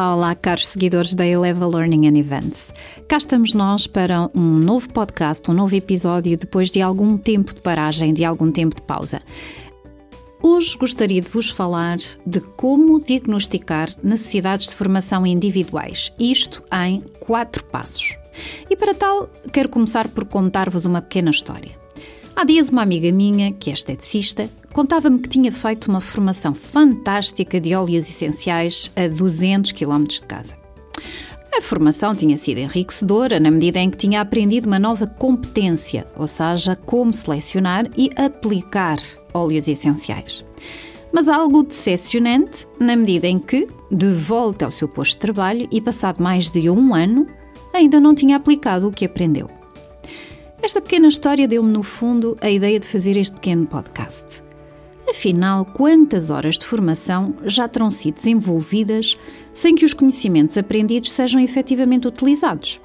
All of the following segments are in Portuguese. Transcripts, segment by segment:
Olá, olá, caros seguidores da A-Level Learning and Events. Cá estamos nós para um novo podcast, um novo episódio depois de algum tempo de paragem, de algum tempo de pausa. Hoje gostaria de vos falar de como diagnosticar necessidades de formação individuais, isto em 4 passos. E para tal, quero começar por contar-vos uma pequena história. Há dias uma amiga minha, que é esteticista, contava-me que tinha feito uma formação fantástica de óleos essenciais a 200 km de casa. A formação tinha sido enriquecedora na medida em que tinha aprendido uma nova competência, ou seja, como selecionar e aplicar óleos essenciais. Mas algo decepcionante na medida em que, de volta ao seu posto de trabalho e passado mais de 1 ano, ainda não tinha aplicado o que aprendeu. Esta pequena história deu-me, no fundo, a ideia de fazer este pequeno podcast. Afinal, quantas horas de formação já terão sido desenvolvidas sem que os conhecimentos aprendidos sejam efetivamente utilizados?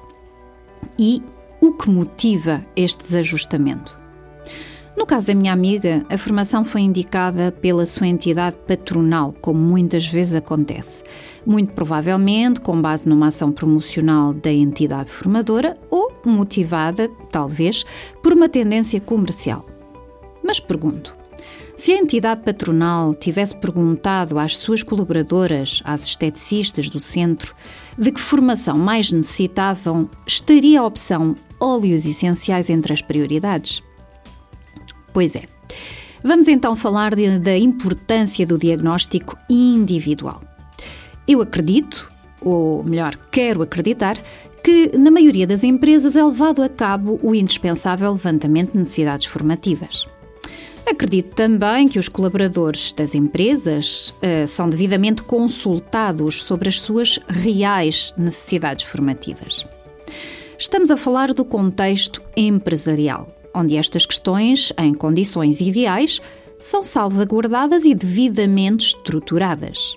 E o que motiva este desajustamento? No caso da minha amiga, a formação foi indicada pela sua entidade patronal, como muitas vezes acontece. Muito provavelmente com base numa ação promocional da entidade formadora ou motivada, talvez, por uma tendência comercial. Mas pergunto, se a entidade patronal tivesse perguntado às suas colaboradoras, às esteticistas do centro, de que formação mais necessitavam, estaria a opção óleos essenciais entre as prioridades? Pois é. Vamos então falar da importância do diagnóstico individual. Eu acredito, ou melhor, quero acreditar, que na maioria das empresas é levado a cabo o indispensável levantamento de necessidades formativas. Acredito também que os colaboradores das empresas são devidamente consultados sobre as suas reais necessidades formativas. Estamos a falar do contexto empresarial, onde estas questões, em condições ideais, são salvaguardadas e devidamente estruturadas.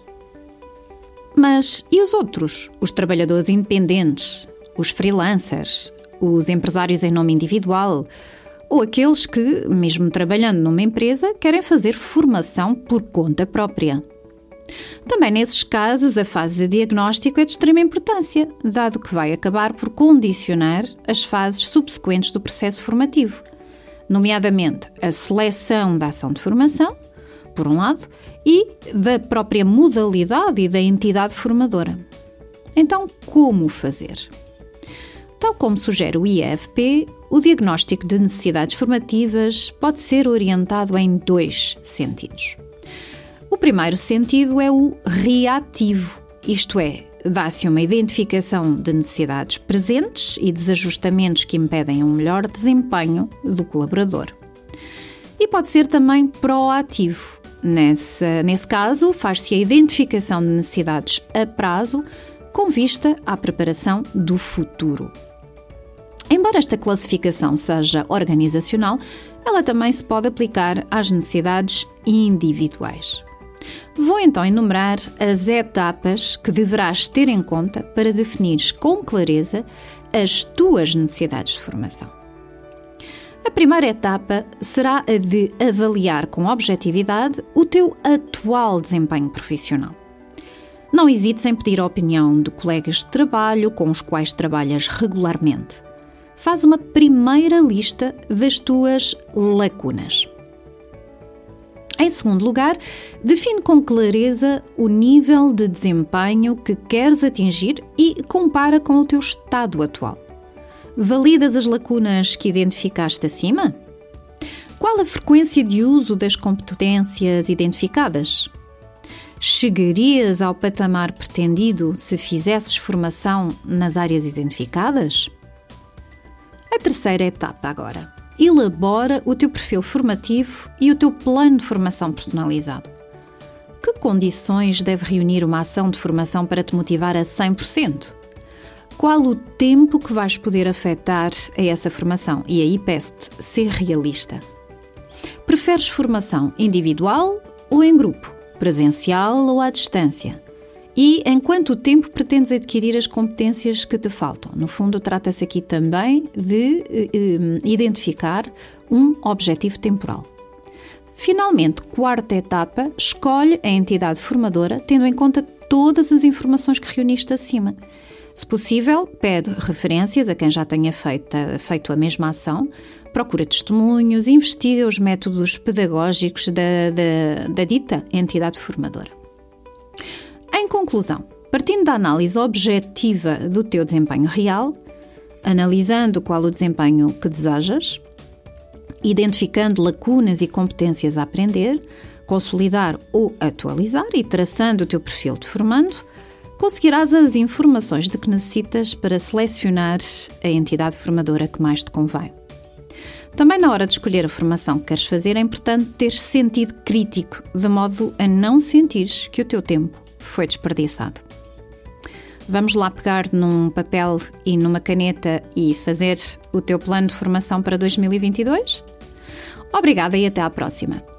Mas e os outros? Os trabalhadores independentes, os freelancers, os empresários em nome individual ou aqueles que, mesmo trabalhando numa empresa, querem fazer formação por conta própria? Também nesses casos, a fase de diagnóstico é de extrema importância, dado que vai acabar por condicionar as fases subsequentes do processo formativo, nomeadamente a seleção da ação de formação, por um lado, e da própria modalidade e da entidade formadora. Então, como fazer? Tal como sugere o IEFP, o diagnóstico de necessidades formativas pode ser orientado em 2 sentidos. O primeiro sentido é o reativo, isto é, dá-se uma identificação de necessidades presentes e desajustamentos que impedem um melhor desempenho do colaborador. E pode ser também proativo. Nesse caso, faz-se a identificação de necessidades a prazo com vista à preparação do futuro. Embora esta classificação seja organizacional, ela também se pode aplicar às necessidades individuais. Vou então enumerar as etapas que deverás ter em conta para definires com clareza as tuas necessidades de formação. A primeira etapa será a de avaliar com objetividade o teu atual desempenho profissional. Não hesites em pedir a opinião de colegas de trabalho com os quais trabalhas regularmente. Faz uma primeira lista das tuas lacunas. Em segundo lugar, define com clareza o nível de desempenho que queres atingir e compara com o teu estado atual. Validas as lacunas que identificaste acima? Qual a frequência de uso das competências identificadas? Chegarias ao patamar pretendido se fizesses formação nas áreas identificadas? A terceira etapa agora. Elabora o teu perfil formativo e o teu plano de formação personalizado. Que condições deve reunir uma ação de formação para te motivar a 100%? Qual o tempo que vais poder afetar a essa formação? E aí peço-te ser realista. Preferes formação individual ou em grupo? Presencial ou à distância? E em quanto tempo pretendes adquirir as competências que te faltam? No fundo, trata-se aqui também de identificar um objetivo temporal. Finalmente, quarta etapa, escolhe a entidade formadora tendo em conta todas as informações que reuniste acima. Se possível, pede referências a quem já tenha feito a mesma ação, procura testemunhos, investiga os métodos pedagógicos da dita entidade formadora. Em conclusão, partindo da análise objetiva do teu desempenho real, analisando qual o desempenho que desejas, identificando lacunas e competências a aprender, consolidar ou atualizar e traçando o teu perfil de formando, conseguirás as informações de que necessitas para selecionar a entidade formadora que mais te convém. Também na hora de escolher a formação que queres fazer é importante ter sentido crítico, de modo a não sentires que o teu tempo foi desperdiçado. Vamos lá pegar num papel e numa caneta e fazer o teu plano de formação para 2022? Obrigada e até à próxima!